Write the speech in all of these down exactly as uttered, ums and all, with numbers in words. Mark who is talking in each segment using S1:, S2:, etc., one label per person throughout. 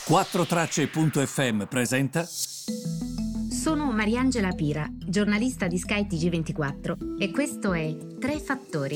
S1: quattro tracce punto effe emme presenta.
S2: Sono Mariangela Pira, giornalista di Sky T G ventiquattro e questo è Tre Fattori.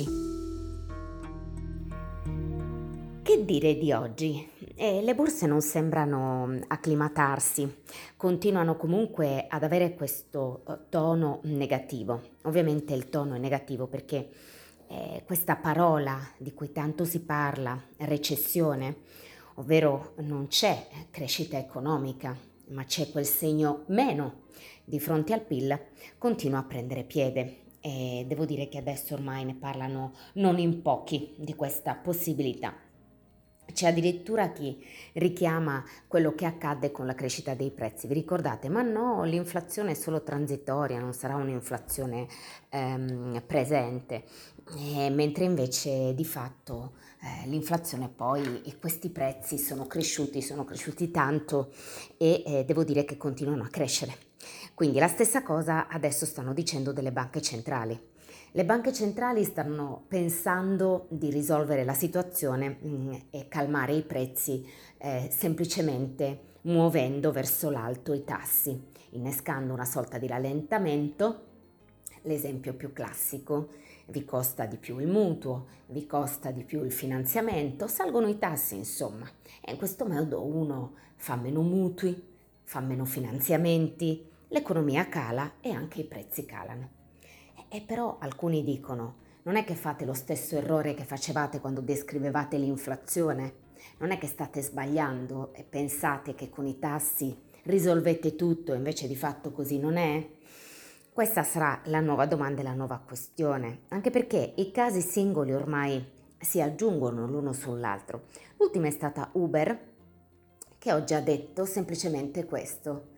S2: Che dire di oggi? Eh, le borse non sembrano acclimatarsi, continuano comunque ad avere questo eh, tono negativo. Ovviamente il tono è negativo perché eh, questa parola di cui tanto si parla, recessione, ovvero non c'è crescita economica, ma c'è quel segno meno di fronte al P I L, continua a prendere piede. E devo dire che adesso ormai ne parlano non in pochi di questa possibilità. C'è addirittura chi richiama quello che accadde con la crescita dei prezzi. Vi ricordate? Ma no, l'inflazione è solo transitoria, non sarà un'inflazione ehm, presente. E mentre invece di fatto eh, l'inflazione poi e questi prezzi sono cresciuti, sono cresciuti tanto e eh, devo dire che continuano a crescere. Quindi la stessa cosa adesso stanno dicendo delle banche centrali. Le banche centrali stanno pensando di risolvere la situazione mh, e calmare i prezzi eh, semplicemente muovendo verso l'alto i tassi, innescando una sorta di rallentamento. L'esempio più classico: vi costa di più il mutuo, vi costa di più il finanziamento, salgono i tassi insomma, e in questo modo uno fa meno mutui, fa meno finanziamenti, l'economia cala e anche i prezzi calano. E però alcuni dicono: non è che fate lo stesso errore che facevate quando descrivevate l'inflazione? Non è che state sbagliando e pensate che con i tassi risolvete tutto, invece di fatto così non è? Questa sarà la nuova domanda e la nuova questione, anche perché i casi singoli ormai si aggiungono l'uno sull'altro. L'ultima è stata Uber, che ho già detto semplicemente questo: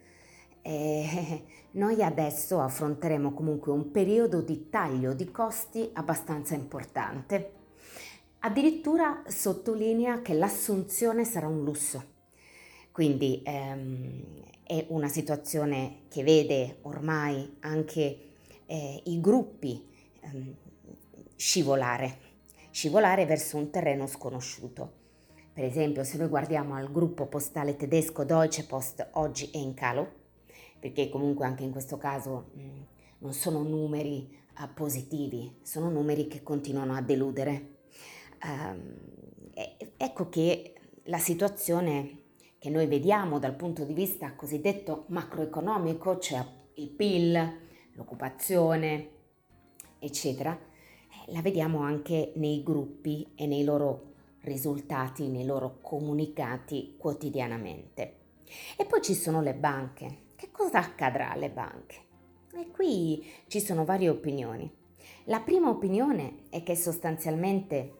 S2: e noi adesso affronteremo comunque un periodo di taglio di costi abbastanza importante. Addirittura sottolinea che l'assunzione sarà un lusso. Quindi ehm, è una situazione che vede ormai anche eh, i gruppi ehm, scivolare, scivolare verso un terreno sconosciuto. Per esempio, se noi guardiamo al gruppo postale tedesco Deutsche Post, oggi è in calo, perché comunque anche in questo caso mh, non sono numeri uh, positivi, sono numeri che continuano a deludere. Um, e, ecco che la situazione che noi vediamo dal punto di vista cosiddetto macroeconomico, cioè il P I L, l'occupazione, eccetera, eh, la vediamo anche nei gruppi e nei loro risultati, nei loro comunicati quotidianamente. E poi ci sono le banche. Che cosa accadrà alle banche? E qui ci sono varie opinioni. La prima opinione è che sostanzialmente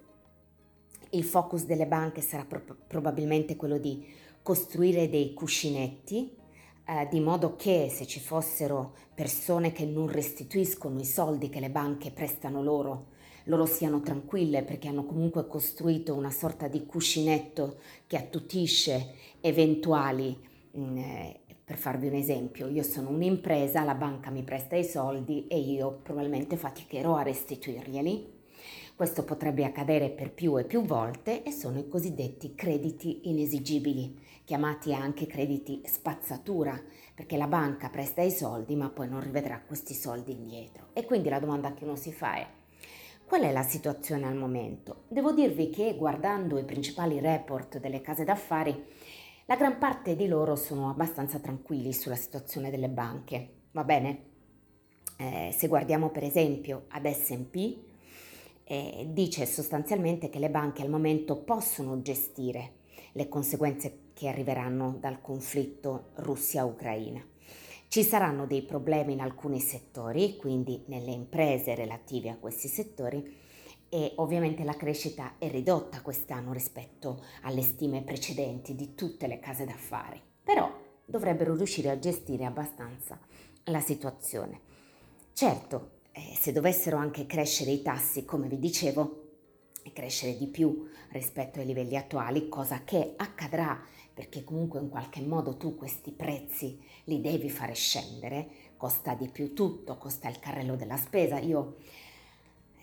S2: il focus delle banche sarà pro- probabilmente quello di costruire dei cuscinetti, eh, di modo che se ci fossero persone che non restituiscono i soldi che le banche prestano loro, loro siano tranquille perché hanno comunque costruito una sorta di cuscinetto che attutisce eventuali mh, per farvi un esempio, io sono un'impresa, la banca mi presta i soldi e io probabilmente faticherò a restituirglieli. Questo potrebbe accadere per più e più volte e sono i cosiddetti crediti inesigibili, chiamati anche crediti spazzatura, perché la banca presta i soldi ma poi non rivedrà questi soldi indietro. E quindi la domanda che uno si fa è: qual è la situazione al momento? Devo dirvi che guardando i principali report delle case d'affari, la gran parte di loro sono abbastanza tranquilli sulla situazione delle banche, va bene? Eh, se guardiamo per esempio ad S and P, eh, dice sostanzialmente che le banche al momento possono gestire le conseguenze che arriveranno dal conflitto Russia-Ucraina. Ci saranno dei problemi in alcuni settori, quindi nelle imprese relative a questi settori, e ovviamente la crescita è ridotta quest'anno rispetto alle stime precedenti di tutte le case d'affari, però dovrebbero riuscire a gestire abbastanza la situazione. Certo, eh, se dovessero anche crescere i tassi, come vi dicevo, e crescere di più rispetto ai livelli attuali, cosa che accadrà perché comunque in qualche modo tu questi prezzi li devi fare scendere, costa di più tutto, costa il carrello della spesa. Io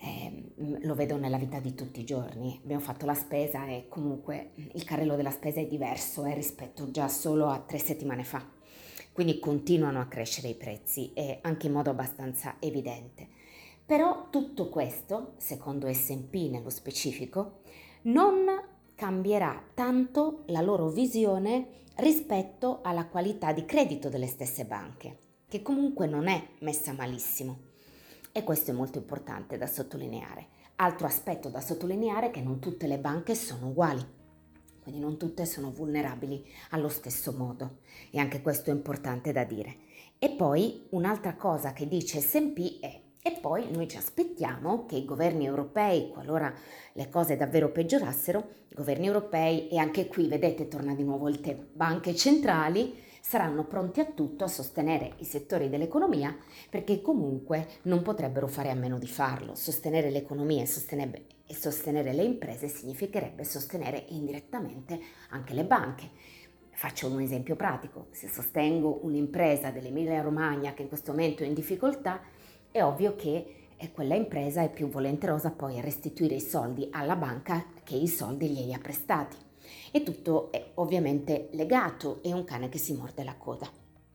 S2: eh, lo vedo nella vita di tutti i giorni. Abbiamo fatto la spesa e comunque il carrello della spesa è diverso eh, rispetto già solo a tre settimane fa. Quindi continuano a crescere i prezzi e anche in modo abbastanza evidente. Però tutto questo, secondo S and P nello specifico, non cambierà tanto la loro visione rispetto alla qualità di credito delle stesse banche, che comunque non è messa malissimo. E questo è molto importante da sottolineare. Altro aspetto da sottolineare è che non tutte le banche sono uguali, quindi non tutte sono vulnerabili allo stesso modo, e anche questo è importante da dire. E poi un'altra cosa che dice S and P è: e poi noi ci aspettiamo che i governi europei, qualora le cose davvero peggiorassero, i governi europei, e anche qui vedete torna di nuovo il tema, banche centrali, saranno pronti a tutto a sostenere i settori dell'economia, perché comunque non potrebbero fare a meno di farlo. Sostenere l'economia e sostenere, e sostenere le imprese significherebbe sostenere indirettamente anche le banche. Faccio un esempio pratico: se sostengo un'impresa dell'Emilia Romagna che in questo momento è in difficoltà, è ovvio che quella impresa è più volenterosa poi a restituire i soldi alla banca che i soldi glieli ha prestati. E tutto è ovviamente legato, è un cane che si morde la coda.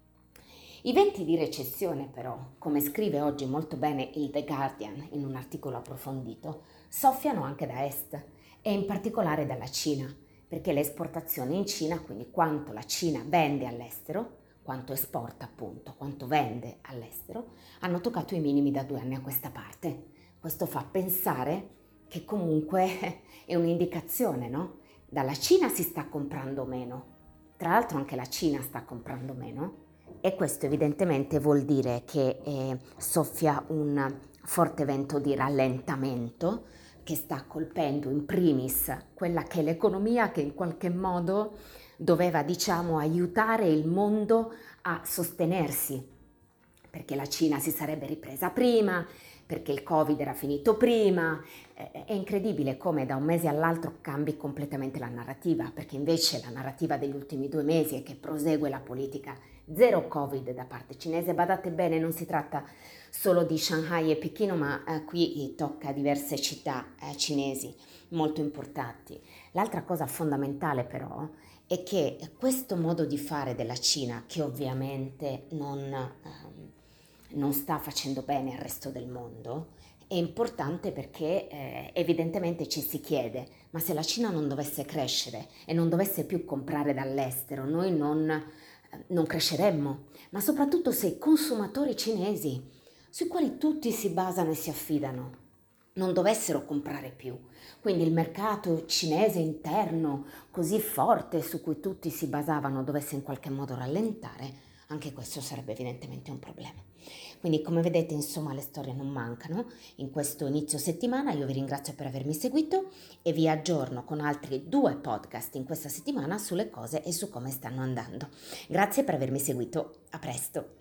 S2: I venti di recessione però, come scrive oggi molto bene il The Guardian in un articolo approfondito, soffiano anche da est e in particolare dalla Cina, perché le esportazioni in Cina, quindi quanto la Cina vende all'estero, quanto esporta appunto, quanto vende all'estero, hanno toccato i minimi da due anni a questa parte. Questo fa pensare che comunque è un'indicazione, no? Dalla Cina si sta comprando meno, tra l'altro anche la Cina sta comprando meno, e questo evidentemente vuol dire che eh, soffia un forte vento di rallentamento che sta colpendo in primis quella che è l'economia, che in qualche modo doveva, diciamo, aiutare il mondo a sostenersi, perché la Cina si sarebbe ripresa prima, perché il Covid era finito prima. È incredibile come da un mese all'altro cambi completamente la narrativa, perché invece la narrativa degli ultimi due mesi è che prosegue la politica zero Covid da parte cinese. Badate bene, non si tratta solo di Shanghai e Pechino, ma eh, qui tocca diverse città eh, cinesi molto importanti. L'altra cosa fondamentale però è che questo modo di fare della Cina, che ovviamente non, ehm, non sta facendo bene al resto del mondo, è importante perché eh, evidentemente ci si chiede: ma se la Cina non dovesse crescere e non dovesse più comprare dall'estero, noi non, eh, non cresceremmo, ma soprattutto se i consumatori cinesi, sui quali tutti si basano e si affidano, non dovessero comprare più, quindi il mercato cinese interno così forte su cui tutti si basavano dovesse in qualche modo rallentare, anche questo sarebbe evidentemente un problema. Quindi, come vedete, insomma, le storie non mancano in questo inizio settimana. Io vi ringrazio per avermi seguito e vi aggiorno con altri due podcast in questa settimana sulle cose e su come stanno andando. Grazie per avermi seguito, a presto!